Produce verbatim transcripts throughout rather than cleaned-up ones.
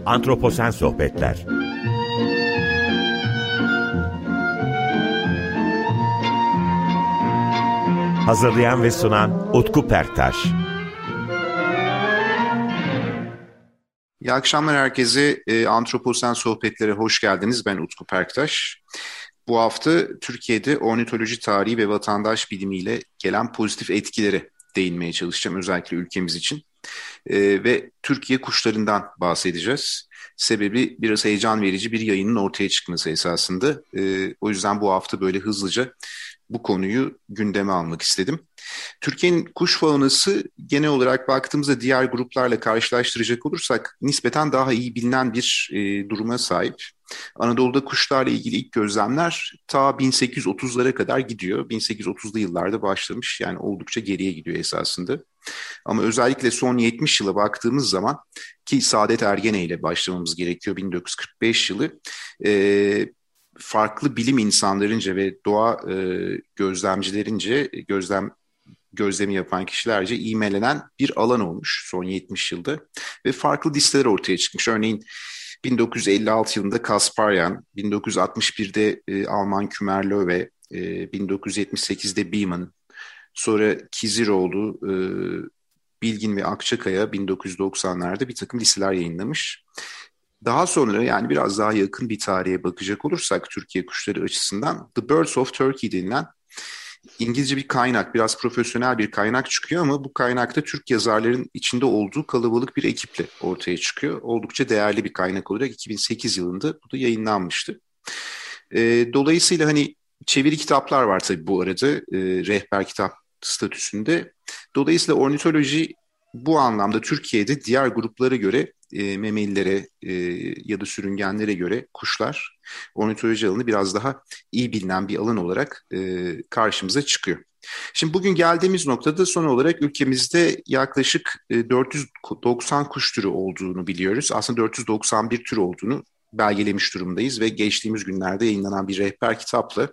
Antroposen Sohbetler. Hazırlayan ve sunan Utku Perktaş. İyi akşamlar herkese. E, Antroposen Sohbetlere hoş geldiniz. Ben Utku Perktaş. Bu hafta Türkiye'de ornitoloji tarihi ve vatandaş bilimiyle gelen pozitif etkilere değinmeye çalışacağım. Özellikle ülkemiz için. E, ve Türkiye kuşlarından bahsedeceğiz. Sebebi biraz heyecan verici bir yayının ortaya çıkması esasında. E, o yüzden bu hafta böyle hızlıca bu konuyu gündeme almak istedim. Türkiye'nin kuş faunası genel olarak baktığımızda diğer gruplarla karşılaştıracak olursak nispeten daha iyi bilinen bir e, duruma sahip. Anadolu'da kuşlarla ilgili ilk gözlemler ta bin sekiz yüz otuzlara kadar gidiyor. bin sekiz yüz otuzlu yıllarda başlamış, yani oldukça geriye gidiyor esasında. Ama özellikle son yetmiş yıla baktığımız zaman, ki Saadet Ergene ile başlamamız gerekiyor, bin dokuz yüz kırk beş yılı, e, farklı bilim insanlarınca ve doğa e, gözlemcilerince gözlem gözlemi yapan kişilerce ivmelenen bir alan olmuş son yetmiş yılda ve farklı listeler ortaya çıkmış. Örneğin bin dokuz yüz elli altı yılında Kasparyan, bin dokuz yüz altmış birde e, Alman Kümerlöwe, e, bin dokuz yüz yetmiş sekizde Beeman, sonra Kiziroğlu, e, Bilgin ve Akçakaya bin dokuz yüz doksanlarda bir takım listeler yayınlamış. Daha sonra, yani biraz daha yakın bir tarihe bakacak olursak Türkiye kuşları açısından The Birds of Turkey denilen İngilizce bir kaynak, biraz profesyonel bir kaynak çıkıyor ama bu kaynakta Türk yazarların içinde olduğu kalabalık bir ekiple ortaya çıkıyor. Oldukça değerli bir kaynak olarak iki bin sekiz yılında bu da yayınlanmıştı. E, dolayısıyla hani çeviri kitaplar var tabii bu arada, e, rehber kitap statüsünde. Dolayısıyla ornitoloji bu anlamda Türkiye'de diğer gruplara göre, e, memelilere e, ya da sürüngenlere göre kuşlar ornitoloji alanı biraz daha iyi bilinen bir alan olarak e, karşımıza çıkıyor. Şimdi bugün geldiğimiz noktada son olarak ülkemizde yaklaşık e, dört yüz doksan kuş türü olduğunu biliyoruz. Aslında dört yüz doksan bir tür olduğunu belgelemiş durumdayız ve geçtiğimiz günlerde yayınlanan bir rehber kitapla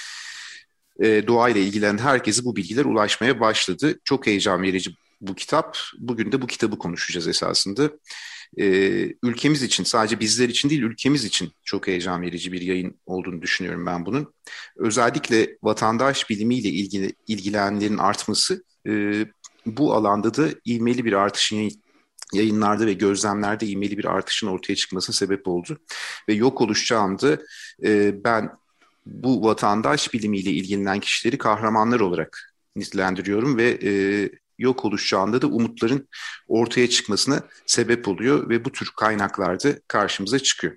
e, doğayla ilgilenen herkese bu bilgiler ulaşmaya başladı. Çok heyecan verici bu kitap. Bugün de bu kitabı konuşacağız esasında. Ee, ülkemiz için, sadece bizler için değil, ülkemiz için çok heyecan verici bir yayın olduğunu düşünüyorum ben bunun. Özellikle vatandaş bilimiyle ilgili ilgilenenlerin artması, e, bu alanda da ivmeli bir artışın, yayınlarda ve gözlemlerde ivmeli bir artışın ortaya çıkmasına sebep oldu. Ve yok oluş çağında e, ben bu vatandaş bilimiyle ilgilenen kişileri kahramanlar olarak nitelendiriyorum ve e, yok oluş çağında da umutların ortaya çıkmasına sebep oluyor ve bu tür kaynaklarda karşımıza çıkıyor.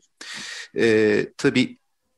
E, tabii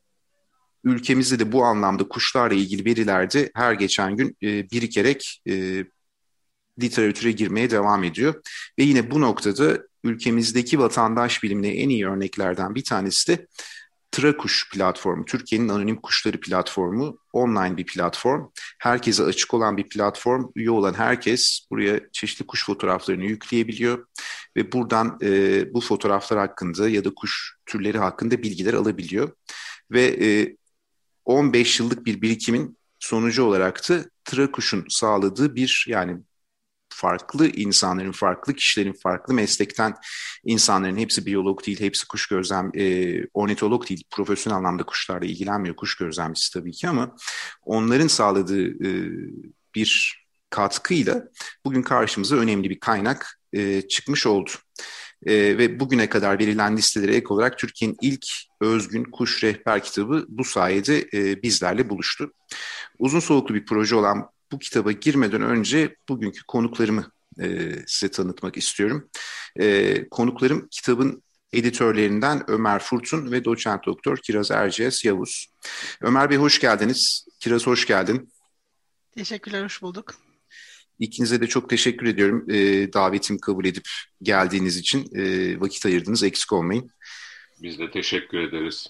ülkemizde de bu anlamda kuşlarla ilgili verilerde her geçen gün e, birikerek e, literatüre girmeye devam ediyor. Ve yine bu noktada ülkemizdeki vatandaş bilimine en iyi örneklerden bir tanesi de TRAKuş platformu, Türkiye'nin Anonim Kuşları platformu, online bir platform. Herkese açık olan bir platform. Üye olan herkes buraya çeşitli kuş fotoğraflarını yükleyebiliyor ve buradan e, bu fotoğraflar hakkında ya da kuş türleri hakkında bilgiler alabiliyor. Ve e, on beş yıllık bir birikimin sonucu olarak da TRAKuş'un sağladığı bir, yani farklı insanların, farklı kişilerin, farklı meslekten insanların, hepsi biyolog değil, hepsi kuş gözlem, e, ornitolog değil, profesyonel anlamda kuşlarla ilgilenmiyor, kuş gözlemcisi tabii ki, ama onların sağladığı e, bir katkıyla bugün karşımıza önemli bir kaynak e, çıkmış oldu. E, ve bugüne kadar verilen listelere ek olarak Türkiye'nin ilk özgün kuş rehber kitabı bu sayede e, bizlerle buluştu. Uzun soluklu bir proje olan bu kitaba girmeden önce bugünkü konuklarımı e, size tanıtmak istiyorum. E, konuklarım kitabın editörlerinden Ömer Furtun ve doçent doktor Kiraz Erciyes Yavuz. Ömer Bey hoş geldiniz. Kiraz hoş geldin. Teşekkürler, hoş bulduk. İkinize de çok teşekkür ediyorum. E, davetimi kabul edip geldiğiniz için, e, vakit ayırdınız, eksik olmayın. Biz de teşekkür ederiz.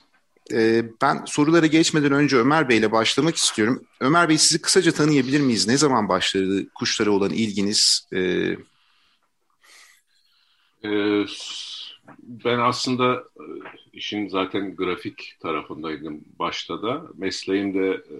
Ben sorulara geçmeden önce Ömer Bey ile başlamak istiyorum. Ömer Bey, sizi kısaca tanıyabilir miyiz? Ne zaman başladı kuşlara olan ilginiz? Ee... Ee, ben aslında işin zaten grafik tarafındaydım başta da. Mesleğim de e,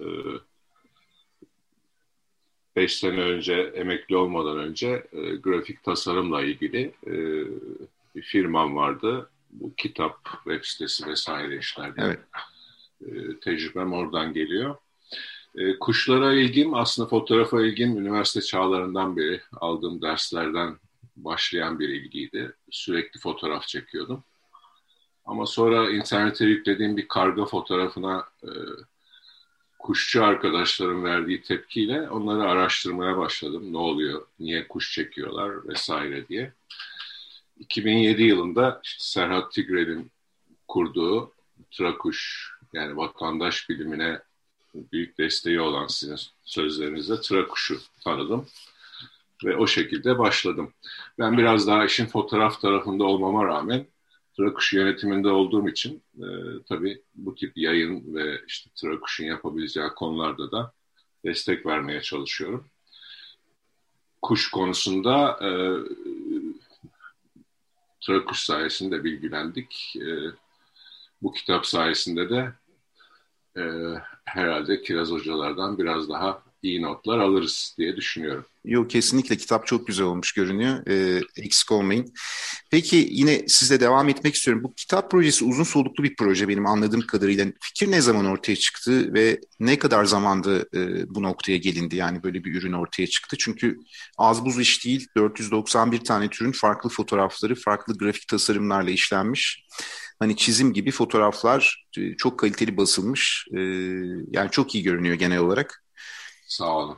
beş sene önce, emekli olmadan önce e, grafik tasarımla ilgili e, bir firmam vardı. bu kitap, web sitesi vesaire işlerde. Evet. E, tecrübem oradan geliyor. E, kuşlara ilgim, aslında fotoğrafa ilgim üniversite çağlarından beri aldığım derslerden başlayan bir ilgiydi. Sürekli fotoğraf çekiyordum. Ama sonra internete yüklediğim bir karga fotoğrafına e, kuşçu arkadaşlarım verdiği tepkiyle onları araştırmaya başladım. Ne oluyor, niye kuş çekiyorlar vesaire diye. iki bin yedi yılında işte Serhat Tigrel'in kurduğu TRAKUŞ, yani vatandaş bilimine büyük desteği olan sizin sözlerinizle TRAKUŞ'u tanıdım. Ve o şekilde başladım. Ben biraz daha işin fotoğraf tarafında olmama rağmen TRAKUŞ yönetiminde olduğum için e, tabii bu tip yayın ve işte TRAKUŞ'un yapabileceği konularda da destek vermeye çalışıyorum. Kuş konusunda e, TRAKUŞ sayesinde bilgilendik. E, bu kitap sayesinde de e, herhalde Kiraz hocalardan biraz daha iyi notlar alırız diye düşünüyorum. Yok, kesinlikle kitap çok güzel olmuş görünüyor. Ee, eksik olmayın. Peki yine sizle devam etmek istiyorum. Bu kitap projesi uzun soluklu bir proje benim anladığım kadarıyla. Fikir ne zaman ortaya çıktı ve ne kadar zamanda e, bu noktaya gelindi? Yani böyle bir ürün ortaya çıktı. Çünkü az buz iş değil. dört yüz doksan bir tane türün farklı fotoğrafları, farklı grafik tasarımlarla işlenmiş. Hani çizim gibi fotoğraflar e, çok kaliteli basılmış. E, yani çok iyi görünüyor genel olarak. Sağ olun.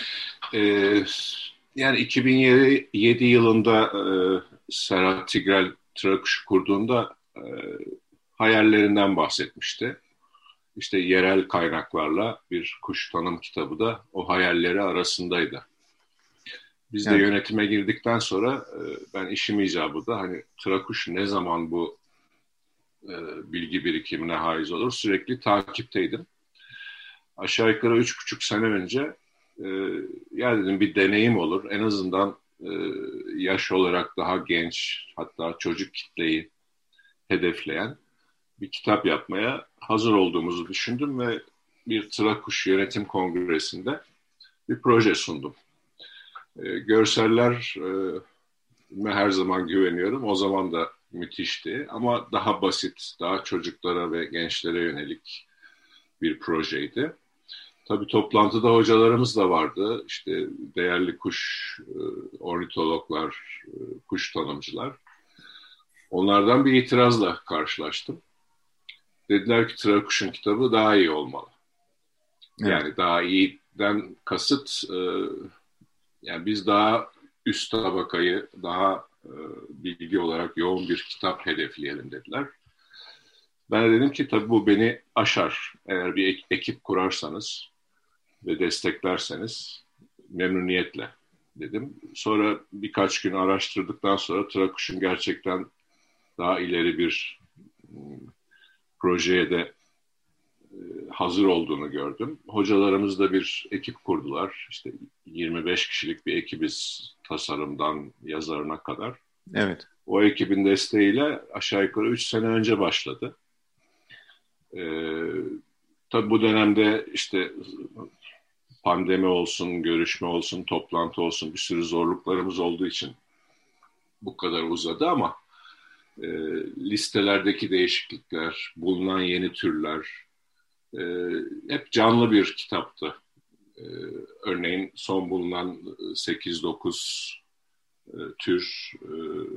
Ee, yani iki bin yedi yılında e, Serhat Tigrel TRAKUŞ'u kurduğunda e, hayallerinden bahsetmişti. İşte yerel kaynaklarla bir kuş tanım kitabı da o hayalleri arasındaydı. Biz de Evet. yönetime girdikten sonra e, ben işim icabı da hani TRAKUŞ ne zaman bu e, bilgi birikimine haiz olur sürekli takipteydim. Aşağı yukarı üç buçuk sene önce e, ya dedim bir deneyim olur. En azından e, yaş olarak daha genç, hatta çocuk kitleyi hedefleyen bir kitap yapmaya hazır olduğumuzu düşündüm ve bir TRAKUŞ Yönetim Kongresi'nde bir proje sundum. E, görseller e, her zaman güveniyorum. O zaman da müthişti ama daha basit, daha çocuklara ve gençlere yönelik bir projeydi. Tabii toplantıda hocalarımız da vardı. İşte değerli kuş e, ornitologlar, e, kuş tanımcılar. Onlardan bir itirazla karşılaştım. Dediler ki TRAKUŞ'un kitabı daha iyi olmalı. Evet. Yani daha iyiden kasıt e, yani biz daha üst tabakayı daha e, bilgi olarak yoğun bir kitap hedefleyelim dediler. Ben de dedim ki tabii bu beni aşar. Eğer bir ek- ekip kurarsanız ve desteklerseniz memnuniyetle dedim. Sonra birkaç gün araştırdıktan sonra TRAKUŞ'un gerçekten daha ileri bir projeye de hazır olduğunu gördüm. Hocalarımız da bir ekip kurdular. İşte yirmi beş kişilik bir ekibiz tasarımdan yazarına kadar. Evet. O ekibin desteğiyle aşağı yukarı üç sene önce başladı. Ee, tabii bu dönemde işte pandemi olsun, görüşme olsun, toplantı olsun bir sürü zorluklarımız olduğu için bu kadar uzadı ama e, listelerdeki değişiklikler, bulunan yeni türler e, hep canlı bir kitaptı. E, örneğin son bulunan sekiz dokuz e, tür e,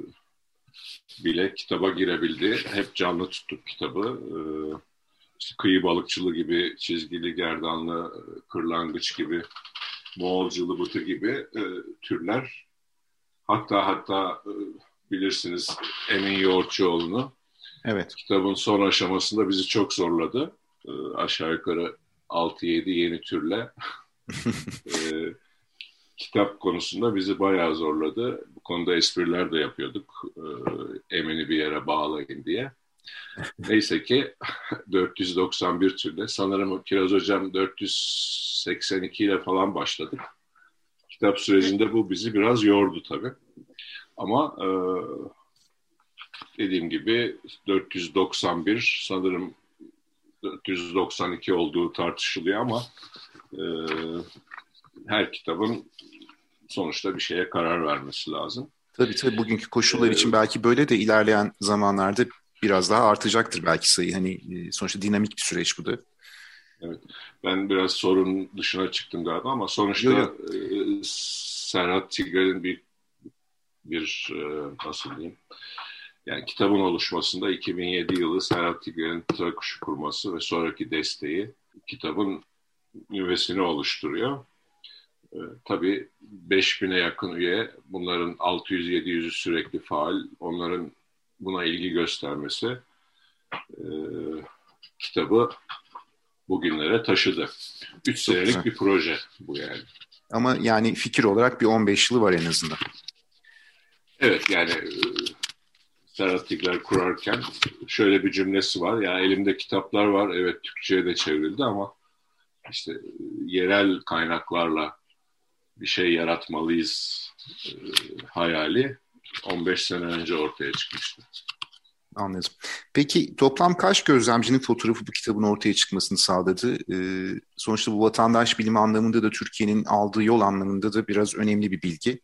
bile kitaba girebildi. Hep canlı tuttuk kitabı. E, işte kıyı balıkçılığı gibi, çizgili gerdanlı, kırlangıç gibi, Moğolculu bıtı gibi e, türler. Hatta hatta e, bilirsiniz Emin Yoğurtçuoğlu'nu. Evet. Kitabın son aşamasında bizi çok zorladı. E, aşağı yukarı altı yedi yeni türle e, kitap konusunda bizi bayağı zorladı. Bu konuda espriler de yapıyorduk. E, Emin'i bir yere bağlayın diye. Neyse ki dört yüz doksan bir türle, sanırım Kiraz Hocam dört yüz seksen iki ile falan başladık. Kitap sürecinde bu bizi biraz yordu tabii. Ama e, dediğim gibi dört yüz doksan bir, sanırım dört yüz doksan iki olduğu tartışılıyor ama e, her kitabın sonuçta bir şeye karar vermesi lazım. Tabii tabii bugünkü koşullar Ee, için belki böyle de ilerleyen zamanlarda biraz daha artacaktır belki sayı. Hani e, sonuçta dinamik bir süreç bu da. Evet. Ben biraz sorunun dışına çıktım galiba ama sonuçta Yo, yo. E, Serhat Tigrel'in bir bir e, nasıl diyeyim? Yani kitabın oluşmasında iki bin yedi yılı Serhat Tigrel'in Trakuş'u kurması ve sonraki desteği kitabın nüvesini oluşturuyor. E, tabii beş bine yakın üye, bunların altı yüz yedi yüzü sürekli faal, onların buna ilgi göstermesi e, kitabı bugünlere taşıdı. Üç senelik güzel. bir proje bu yani. Ama yani fikir olarak bir on beş yılı var en azından. Evet yani e, Serhat Tigrer kurarken şöyle bir cümlesi var. Ya elimde kitaplar var, evet Türkçe'ye de çevrildi ama işte e, yerel kaynaklarla bir şey yaratmalıyız e, hayali on beş sene önce ortaya çıkmıştı. Anladım. Peki toplam kaç gözlemcinin fotoğrafı bu kitabın ortaya çıkmasını sağladı? Ee, sonuçta bu vatandaş bilimi anlamında da Türkiye'nin aldığı yol anlamında da biraz önemli bir bilgi.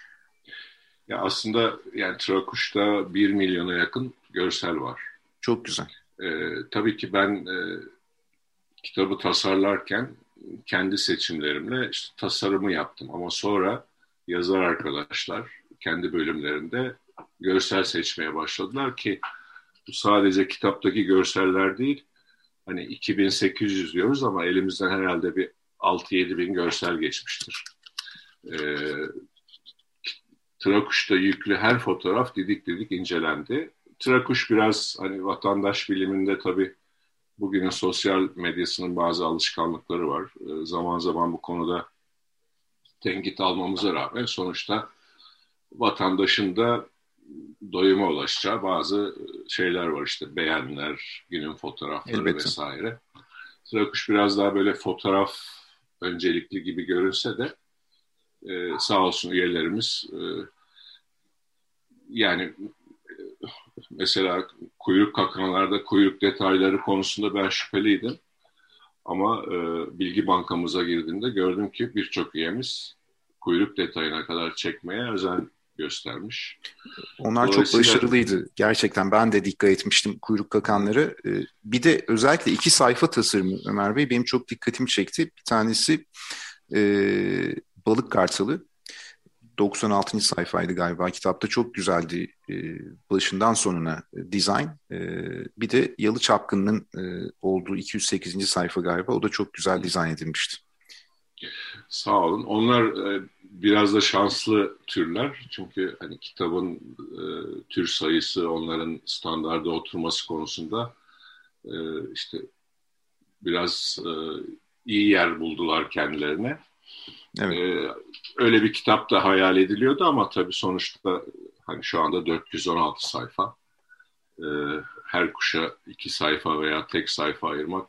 Ya aslında yani Trakuş'ta bir milyona yakın görsel var. Çok güzel. Ee, tabii ki ben e, kitabı tasarlarken kendi seçimlerimle işte tasarımı yaptım. Ama sonra yazar arkadaşlar kendi bölümlerinde görsel seçmeye başladılar ki bu sadece kitaptaki görseller değil. Hani iki bin sekiz yüz diyoruz ama elimizden herhalde bir altı yedi bin görsel geçmiştir. Ee, Trakuş'ta yüklü her fotoğraf didik didik incelendi. Trakuş biraz hani vatandaş biliminde tabii bugünün sosyal medyasının bazı alışkanlıkları var. Ee, zaman zaman bu konuda tenkit almamıza rağmen sonuçta vatandaşın da doyuma ulaşacağı bazı şeyler var, işte beğeniler, günün fotoğrafları Elbette. vesaire. Trakuş biraz daha böyle fotoğraf öncelikli gibi görünse de e, sağ olsun üyelerimiz e, yani e, mesela kuyruk kakanlarda kuyruk detayları konusunda ben şüpheliydim. Ama e, bilgi bankamıza girdiğimde gördüm ki birçok üyemiz kuyruk detayına kadar çekmeye özen göstermiş. Onlar çok başarılıydı. Gerçekten ben de dikkat etmiştim kuyruk kakanları. Ee, bir de özellikle iki sayfa tasarımı Ömer Bey benim çok dikkatimi çekti. Bir tanesi e, balık kartalı. doksan altıncı sayfaydı galiba. Kitapta çok güzeldi e, başından sonuna e, dizayn. E, bir de Yalı Çapkını'nın e, olduğu iki yüz sekizinci sayfa galiba. O da çok güzel dizayn edilmişti. Sağ olun. Onlar e, biraz da şanslı türler. Çünkü hani kitabın e, tür sayısı, onların standarda oturması konusunda e, işte biraz e, iyi yer buldular kendilerine. Evet. E, öyle bir kitap da hayal ediliyordu ama tabii sonuçta hani şu anda dört yüz on altı sayfa. E, her kuşa iki sayfa veya tek sayfa ayırmak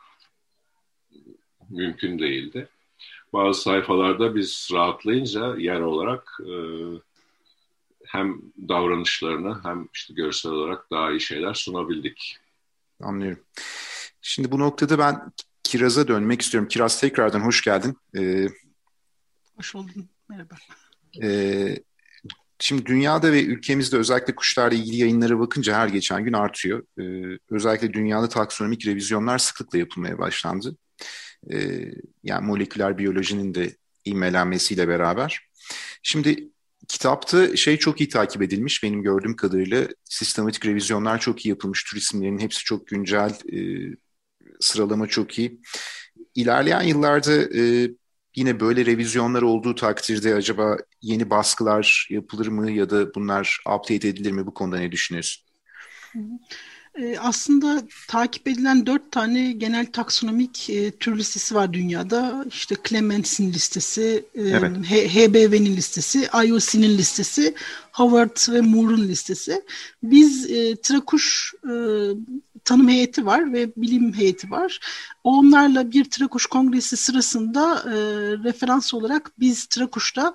mümkün değildi. Bazı sayfalarda biz rahatlayınca yer olarak e, hem davranışlarını hem işte görsel olarak daha iyi şeyler sunabildik. Anlıyorum. Şimdi bu noktada ben Kiraz'a dönmek istiyorum. Kiraz tekrardan hoş geldin. Ee, Hoş buldum. Merhaba. e, şimdi dünyada ve ülkemizde özellikle kuşlarla ilgili yayınlara bakınca her geçen gün artıyor. Ee, özellikle dünyada taksonomik revizyonlar sıklıkla yapılmaya başlandı. Ee, yani moleküler biyolojinin de ivmelenmesiyle beraber. Şimdi kitapta şey çok iyi takip edilmiş benim gördüğüm kadarıyla. Sistematik revizyonlar çok iyi yapılmış. Tür isimlerinin hepsi çok güncel. E, sıralama çok iyi. İlerleyen yıllarda e, yine böyle revizyonlar olduğu takdirde acaba yeni baskılar yapılır mı ya da bunlar update edilir mi? Bu konuda ne düşünüyorsun? Hı hı. E, aslında takip edilen dört tane genel taksonomik e, tür listesi var dünyada. İşte Clemens'in listesi, e, Evet. H B V'nin listesi, I O C'nin listesi, Howard ve Moore'un listesi. Biz e, Trakuş e, tanım heyeti var ve bilim heyeti var. Onlarla bir Trakuş kongresi sırasında e, referans olarak biz Trakuş'ta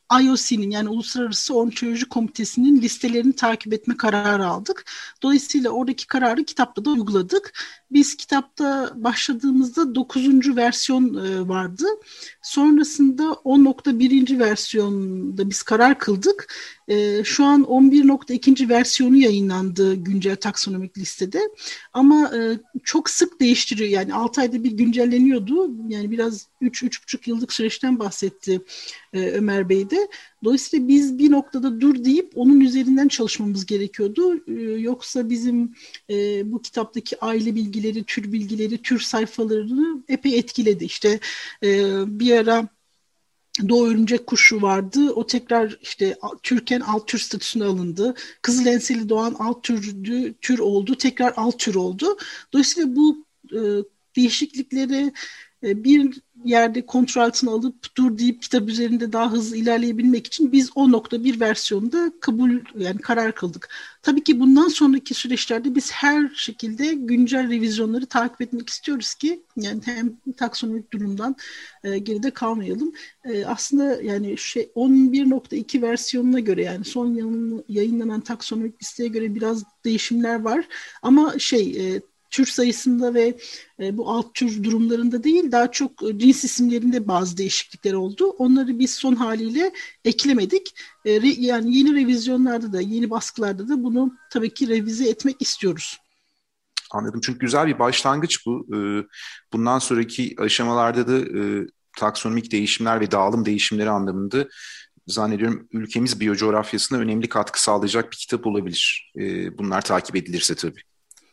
I O C'nin yani Uluslararası Ornitoloji Komitesi'nin listelerini takip etme kararı aldık. Dolayısıyla oradaki kararı kitapta da uyguladık. Biz kitapta başladığımızda dokuzuncu versiyon e, vardı. Sonrasında on nokta birinci versiyonda biz karar kıldık. E, şu an on bir nokta ikinci versiyonu yayınlandı güncel taksonomik listede. Ama e, çok sık değiştiriyor. Yani altı ayda bir güncelleniyordu. Yani biraz üç üç buçuk yıllık süreçten bahsetti e, Ömer Bey de. Dolayısıyla biz bir noktada dur deyip onun üzerinden çalışmamız gerekiyordu. E, yoksa bizim e, bu kitaptaki aile bilgileri, tür bilgileri, tür sayfalarını epey etkiledi. İşte e, bir ara Doğu örümcek kuşu vardı. O tekrar işte Türken alt tür statüsüne alındı. Kızılenseli doğan alt türdü, tür oldu. Tekrar alt tür oldu. Dolayısıyla bu e, değişiklikleri e, bir yerde kontrol altına alıp dur deyip kitap üzerinde daha hızlı ilerleyebilmek için biz on nokta bir versiyonda kabul yani karar kıldık. Tabii ki bundan sonraki süreçlerde biz her şekilde güncel revizyonları takip etmek istiyoruz ki yani hem taksonomik durumdan e, geride kalmayalım. E, aslında yani şey on bir nokta iki versiyonuna göre yani son yayınlanan taksonomik listeye göre biraz değişimler var ama şey e, tür sayısında ve e, bu alt tür durumlarında değil daha çok e, cins isimlerinde bazı değişiklikler oldu. Onları biz son haliyle eklemedik. E, re, yani yeni revizyonlarda da yeni baskılarda da bunu tabii ki revize etmek istiyoruz. Anladım. Çünkü güzel bir başlangıç bu. Ee, bundan sonraki aşamalarda da e, taksonomik değişimler ve dağılım değişimleri anlamında zannediyorum ülkemiz biyocoğrafyasına önemli katkı sağlayacak bir kitap olabilir. Ee, bunlar takip edilirse tabii.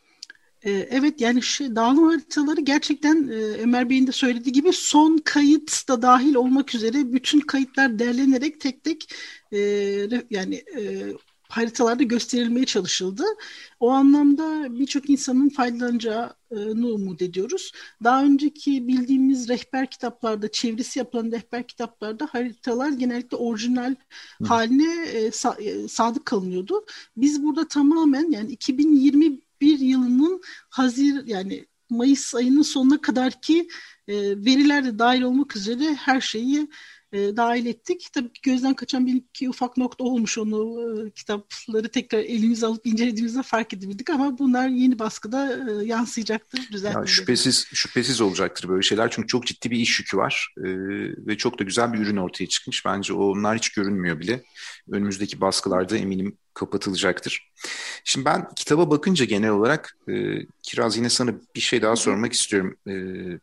Evet yani şey, dağılım haritaları gerçekten Ömer Bey'in de söylediği gibi son kayıt da dahil olmak üzere bütün kayıtlar derlenerek tek tek e, yani e, haritalarda gösterilmeye çalışıldı. O anlamda birçok insanın faydalanacağını umut ediyoruz. Daha önceki bildiğimiz rehber kitaplarda, çevirisi yapılan rehber kitaplarda haritalar genellikle orijinal Hı. haline e, sa- e, sadık kalınıyordu. Biz burada tamamen yani iki bin yirmi bir yılının Hazir yani Mayıs ayının sonuna kadarki e, veriler de dahil olmak üzere her şeyi e, dahil ettik. Tabii ki gözden kaçan bir iki ufak nokta olmuş onu e, kitapları tekrar elimize alıp incelediğimizde fark edebildik ama bunlar yeni baskıda e, yansıyacaktır. Ya şüphesiz şüphesiz olacaktır böyle şeyler çünkü çok ciddi bir iş yükü var e, ve çok da güzel bir ürün ortaya çıkmış. Bence onlar hiç görünmüyor bile. Önümüzdeki baskılarda eminim kapatılacaktır. Şimdi ben kitaba bakınca genel olarak e, Kiraz yine sana bir şey daha sormak istiyorum. E,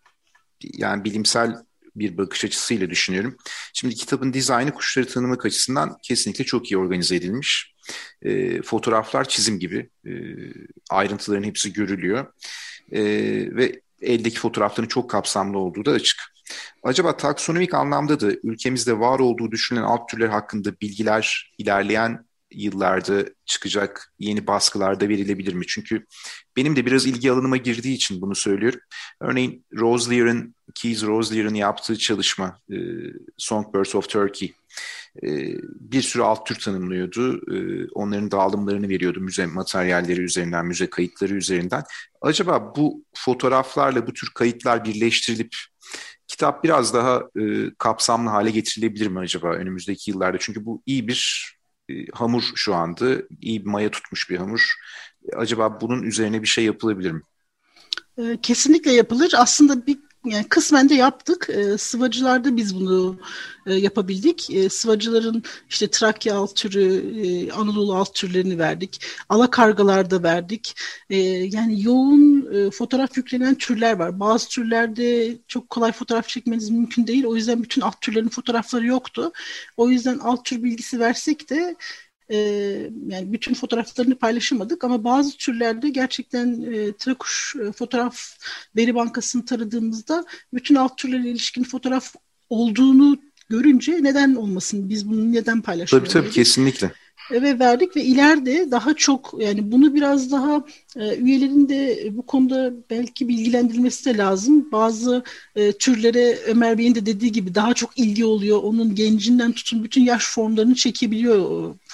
yani bilimsel bir bakış açısıyla düşünüyorum. Şimdi kitabın dizaynı kuşları tanımak açısından kesinlikle çok iyi organize edilmiş. E, fotoğraflar çizim gibi. E, ayrıntıların hepsi görülüyor. E, ve eldeki fotoğrafların çok kapsamlı olduğu da açık. Acaba taksonomik anlamda da ülkemizde var olduğu düşünülen alt türler hakkında bilgiler ilerleyen yıllarda çıkacak yeni baskılarda verilebilir mi? Çünkü benim de biraz ilgi alanıma girdiği için bunu söylüyorum. Örneğin Roslier'in, Keith Roslier'in yaptığı çalışma e, Songbirds of Turkey e, bir sürü alt tür tanımlıyordu. E, onların dağılımlarını veriyordu müze materyalleri üzerinden, müze kayıtları üzerinden. Acaba bu fotoğraflarla bu tür kayıtlar birleştirilip kitap biraz daha e, kapsamlı hale getirilebilir mi acaba önümüzdeki yıllarda? Çünkü bu iyi bir hamur şu anda. İyi bir maya tutmuş bir hamur. Acaba bunun üzerine bir şey yapılabilir mi? Kesinlikle yapılır. Aslında bir yani kısmen de yaptık. E, sıvacılarda biz bunu e, yapabildik. E, sıvacıların işte Trakya alt türü, e, Anadolu alt türlerini verdik. Alakargalarda verdik. E, yani yoğun e, fotoğraf yüklenen türler var. Bazı türlerde çok kolay fotoğraf çekmeniz mümkün değil. O yüzden bütün alt türlerin fotoğrafları yoktu. O yüzden alt tür bilgisi versek de Ee, yani bütün fotoğraflarını paylaşamadık ama bazı türlerde gerçekten e, Trakuş e, fotoğraf veri bankasını taradığımızda bütün alt türlere ilişkin fotoğraf olduğunu görünce neden olmasın, biz bunu neden paylaşmıyoruz? Tabii tabii kesinlikle. Ve verdik ve ileride daha çok yani bunu biraz daha e, üyelerin de bu konuda belki bilgilendirilmesi de lazım. Bazı e, türlere Ömer Bey'in de dediği gibi daha çok ilgi oluyor. Onun gencinden tutun bütün yaş formlarını çekebiliyor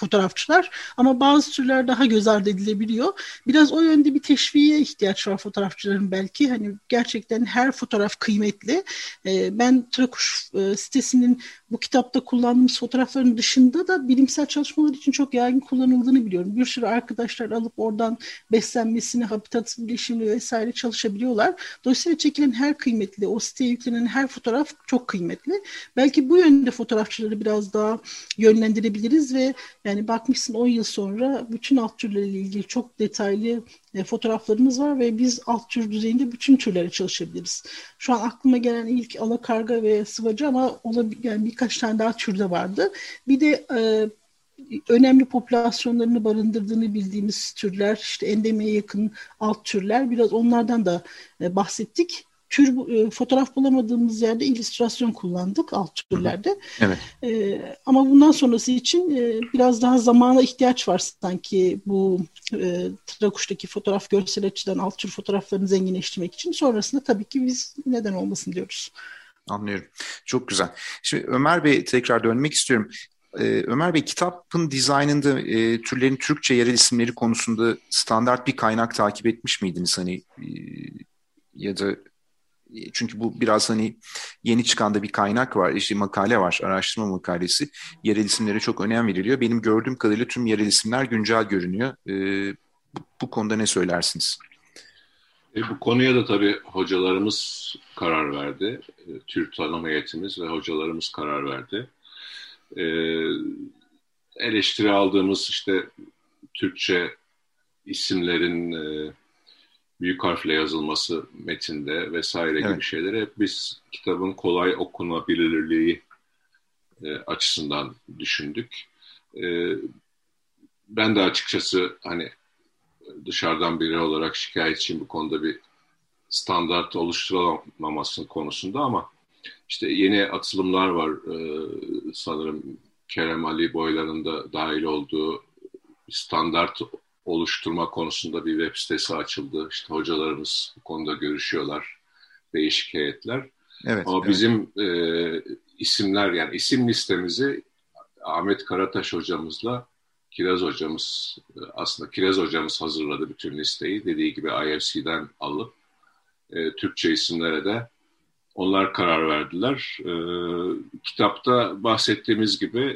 fotoğrafçılar ama bazı türler daha göz ardı edilebiliyor. Biraz o yönde bir teşviğe ihtiyaç var fotoğrafçıların belki. Hani gerçekten her fotoğraf kıymetli. E, ben Trakuş e, sitesinin bu kitapta kullandığımız fotoğrafların dışında da bilimsel çalışmalar için çok yaygın kullanıldığını biliyorum. Bir sürü arkadaşlar alıp oradan beslenmesini, habitat birleşimini vesaire çalışabiliyorlar. Dolayısıyla çekilen her kıymetli, o siteye yüklenen her fotoğraf çok kıymetli. Belki bu yönde fotoğrafçıları biraz daha yönlendirebiliriz ve yani bakmışsın on yıl sonra bütün alt türlerle ilgili çok detaylı e, fotoğraflarımız var ve biz alt tür düzeyinde bütün türlere çalışabiliriz. Şu an aklıma gelen ilk alakarga ve sıvacı ama olabil- yani birkaç tane daha türde vardı. Bir de e, önemli popülasyonlarını barındırdığını bildiğimiz türler, işte endemiye yakın alt türler, biraz onlardan da e, bahsettik. Tür e, fotoğraf bulamadığımız yerde illüstrasyon kullandık alt türlerde. Evet. E, ama bundan sonrası için e, biraz daha zamana ihtiyaç var sanki bu e, Trakuş'taki fotoğraf görsel açıdan alt tür fotoğraflarını zenginleştirmek için. Sonrasında tabii ki biz neden olmasın diyoruz. Anlıyorum. Çok güzel. Şimdi Ömer Bey tekrar dönmek istiyorum. Ee, Ömer Bey, kitapın dizaynında e, türlerin Türkçe yerel isimleri konusunda standart bir kaynak takip etmiş miydiniz? Hani e, ya da çünkü bu biraz hani yeni çıkan da bir kaynak var, işte makale var, araştırma makalesi. Yerel isimlere çok önem veriliyor. Benim gördüğüm kadarıyla tüm yerel isimler güncel görünüyor. Ee, bu, bu konuda ne söylersiniz? E, bu konuya da tabii hocalarımız karar verdi. E, Türk tanım heyetimiz ve hocalarımız karar verdi. E, eleştiri aldığımız işte Türkçe isimlerin e, büyük harfle yazılması metinde vesaire evet. gibi şeyleri hep biz kitabın kolay okunabilirliği e, açısından düşündük. E, ben de açıkçası hani dışarıdan biri olarak şikayetçiyim bu konuda, bir standart oluşturulamaması konusunda, ama işte yeni atılımlar var. Ee, sanırım Kerem Ali Boylar'ın da dahil olduğu standart oluşturma konusunda bir web sitesi açıldı. İşte hocalarımız bu konuda görüşüyorlar, değişik heyetler. Evet, Ama evet. bizim e, isimler, yani isim listemizi Ahmet Karataş hocamızla Kiraz hocamız, aslında Kiraz hocamız hazırladı bütün listeyi. Dediği gibi I F C'den alıp e, Türkçe isimlere de onlar karar verdiler. E, kitapta bahsettiğimiz gibi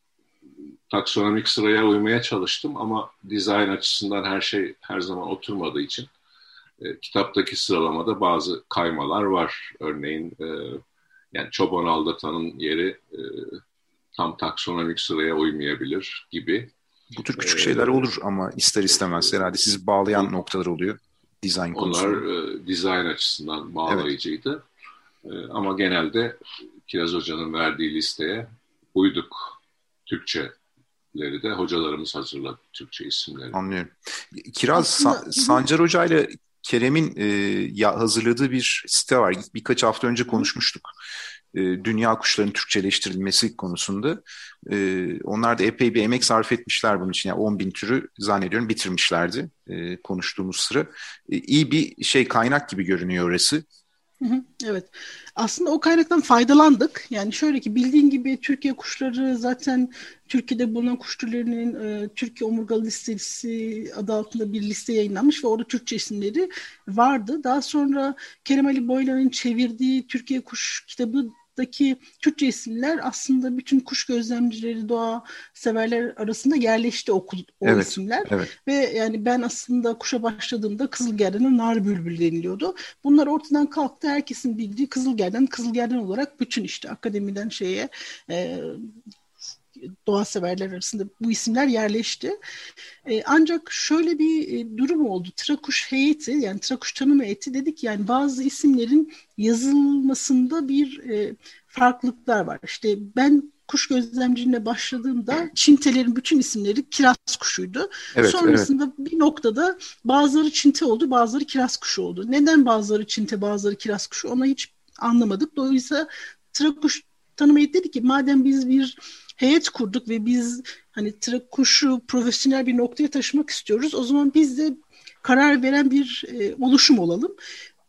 taksonomik sıraya uymaya çalıştım ama dizayn açısından her şey her zaman oturmadığı için e, kitaptaki sıralamada bazı kaymalar var. Örneğin e, yani çoban aldatanın yeri e, tam taksonomik sıraya uymayabilir gibi. Bu tür küçük şeyler olur ama ister istemez herhalde sizi bağlayan noktalar oluyor dizayn konusunda. Onlar e, dizayn açısından bağlayıcıydı. Evet. E, ama genelde Kiraz Hoca'nın verdiği listeye uyduk. Türkçeleri de hocalarımız hazırladı, Türkçe isimleri. Anlıyorum. Kiraz, Sa- Sancar Hoca ile Kerem'in e, ya, hazırladığı bir site var. Birkaç hafta önce konuşmuştuk. Dünya kuşlarının Türkçeleştirilmesi konusunda. Ee, onlar da epey bir emek sarf etmişler bunun için. Yani on bin türü zannediyorum bitirmişlerdi e, konuştuğumuz sıra. E, iyi bir şey, kaynak gibi görünüyor orası. Hı hı, evet. Aslında o kaynaktan faydalandık. Yani şöyle ki, bildiğin gibi Türkiye kuşları zaten Türkiye'de bulunan kuş türlerinin e, Türkiye Omurgalı Listesi adı altında bir liste yayınlanmış ve orada Türkçe isimleri vardı. Daha sonra Kerem Ali Boylar'ın çevirdiği Türkiye Kuş kitabı daki Türkçe isimler aslında bütün kuş gözlemcileri, doğa severler arasında yerleşti o, o evet, isimler. Evet. Ve yani ben aslında kuşa başladığımda kızılgerdan'a nar bülbül deniliyordu. Bunlar ortadan kalktı. Herkesin bildiği kızılgerdan, kızılgerdan olarak bütün işte akademiden şeye e, doğa severler arasında bu isimler yerleşti. E, ancak şöyle bir e, durum oldu. Trakuş heyeti, yani Trakuş tanım heyeti dedik, yani bazı isimlerin yazılmasında bir e, farklılıklar var. İşte ben kuş gözlemciliğine başladığımda çintelerin bütün isimleri kiraz kuşuydu. Evet, Sonrasında evet. bir noktada bazıları çinte oldu, bazıları kiraz kuşu oldu. Neden bazıları çinte, bazıları kiraz kuşu, onu hiç anlamadık. Dolayısıyla Trakuş tanım heyeti dedi ki, madem biz bir heyet kurduk ve biz hani kuşu profesyonel bir noktaya taşımak istiyoruz, o zaman biz de karar veren bir e, oluşum olalım.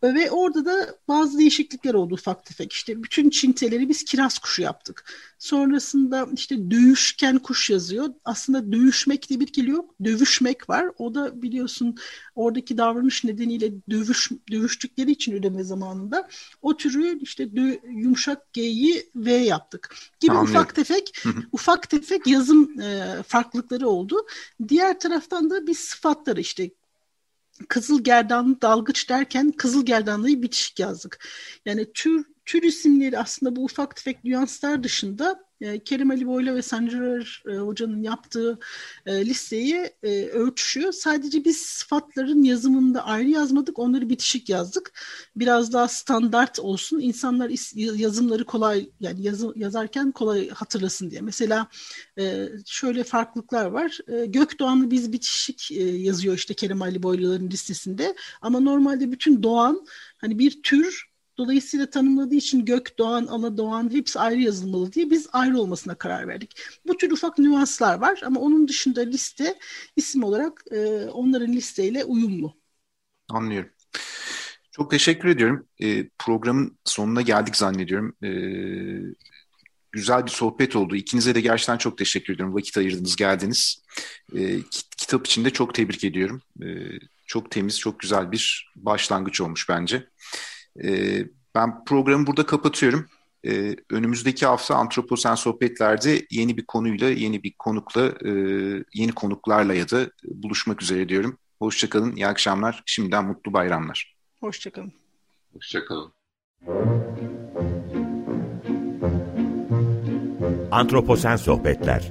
Ve orada da bazı değişiklikler oldu ufak tefek. İşte bütün çinteleri biz kiraz kuşu yaptık. Sonrasında işte dövüşken kuş yazıyor. Aslında dövüşmek diye bir kelime yok. Dövüşmek var. O da biliyorsun oradaki davranış nedeniyle dövüş, dövüştükleri için üreme zamanında o türü işte dö, yumuşak G'yi V yaptık. Gibi Anlıyorum. ufak tefek ufak tefek yazım e, farklılıkları oldu. Diğer taraftan da biz sıfatları işte kızılgerdanlı dalgıç derken kızılgerdanlıyı bitişik yazdık. Yani tür tür isimleri aslında bu ufak tefek nüanslar dışında e, Kerim Ali Boyla ve Sancar e, Hoca'nın yaptığı e, listeyi e, ölçüşüyor. Sadece biz sıfatların yazımında ayrı yazmadık, onları bitişik yazdık. Biraz daha standart olsun, insanlar is- yazımları kolay yani yazı, yazarken kolay hatırlasın diye. Mesela e, şöyle farklılıklar var. E, Gökdoğan'ı biz bitişik e, yazıyor işte Kerim Ali Boyla'ların listesinde. Ama normalde bütün doğan hani bir tür. Dolayısıyla tanımladığı için gök, doğan, ana, doğan hepsi ayrı yazılmalı diye biz ayrı olmasına karar verdik. Bu tür ufak nüanslar var ama onun dışında liste isim olarak e, onların listeyle uyumlu. Anlıyorum. Çok teşekkür ediyorum. E, programın sonuna geldik zannediyorum. E, güzel bir sohbet oldu. İkinize de gerçekten çok teşekkür ediyorum. Vakit ayırdınız, geldiniz. E, kitap için de çok tebrik ediyorum. E, çok temiz, çok güzel bir başlangıç olmuş bence. Ee, ben programı burada kapatıyorum. Ee, önümüzdeki hafta Antroposen Sohbetler'de yeni bir konuyla, yeni bir konukla, e, yeni konuklarla ya da buluşmak üzere diyorum. Hoşçakalın, iyi akşamlar. Şimdiden mutlu bayramlar. Hoşçakalın. Hoşçakalın. Antroposen Sohbetler.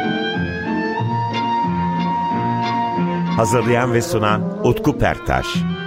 Hazırlayan ve sunan Utku Perktaş.